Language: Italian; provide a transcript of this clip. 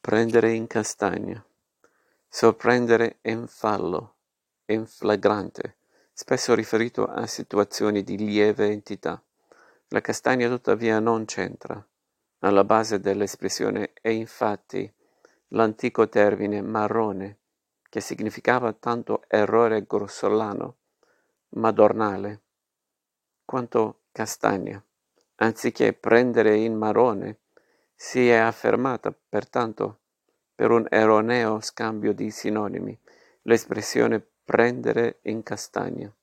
Prendere in castagna. Sorprendere in fallo, in flagrante, spesso riferito a situazioni di lieve entità. La castagna tuttavia non c'entra. Alla base dell'espressione è infatti l'antico termine marrone, che significava tanto errore grossolano, madornale, quanto castagna. Anziché prendere in marrone, si è affermata, pertanto, per un erroneo scambio di sinonimi, l'espressione prendere in castagna.